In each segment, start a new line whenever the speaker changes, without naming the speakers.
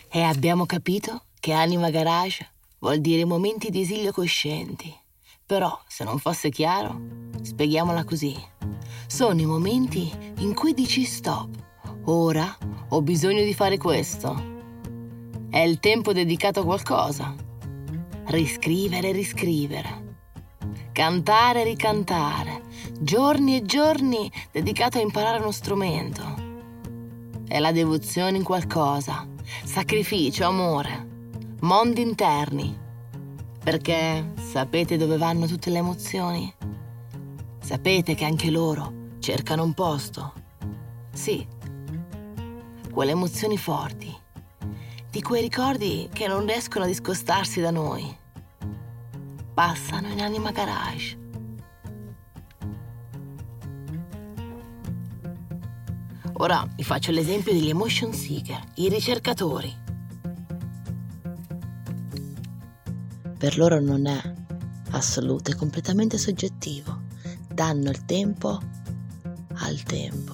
E abbiamo capito che Anima Garage vuol dire momenti di esilio coscienti. Però, se non fosse chiaro, spieghiamola così. Sono i momenti in cui dici stop. Ora ho bisogno di fare questo. È il tempo dedicato a qualcosa. Riscrivere e riscrivere. Cantare e ricantare. Giorni e giorni dedicato a imparare uno strumento. È la devozione in qualcosa. Sacrificio, amore. Mondi interni. Perché sapete dove vanno tutte le emozioni? Sapete che anche loro cercano un posto? Sì, quelle emozioni forti, di quei ricordi che non riescono a discostarsi da noi. Passano in Anima Garage. Ora vi faccio l'esempio degli emotion seeker, i ricercatori. Per loro non è assoluto, è completamente soggettivo. Danno il tempo al tempo.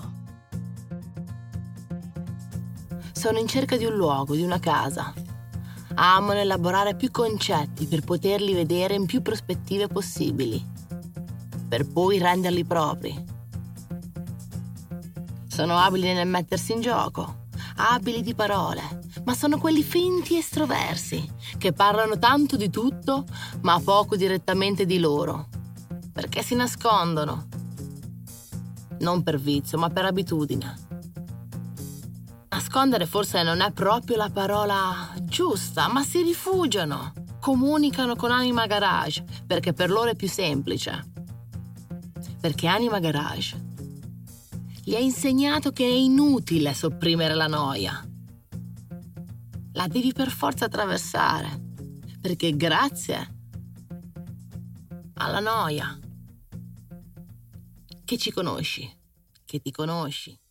Sono in cerca di un luogo, di una casa. Amano elaborare più concetti per poterli vedere in più prospettive possibili, per poi renderli propri. Sono abili nel mettersi in gioco, abili di parole, ma sono quelli finti estroversi, che parlano tanto di tutto, ma poco direttamente di loro, perché si nascondono. Non per vizio, ma per abitudine. Nascondere forse non è proprio la parola giusta, ma si rifugiano. Comunicano con Anima Garage, perché per loro è più semplice. Perché Anima Garage gli ha insegnato che è inutile sopprimere la noia. La devi per forza attraversare, perché grazie alla noia che ci conosci, che ti conosci.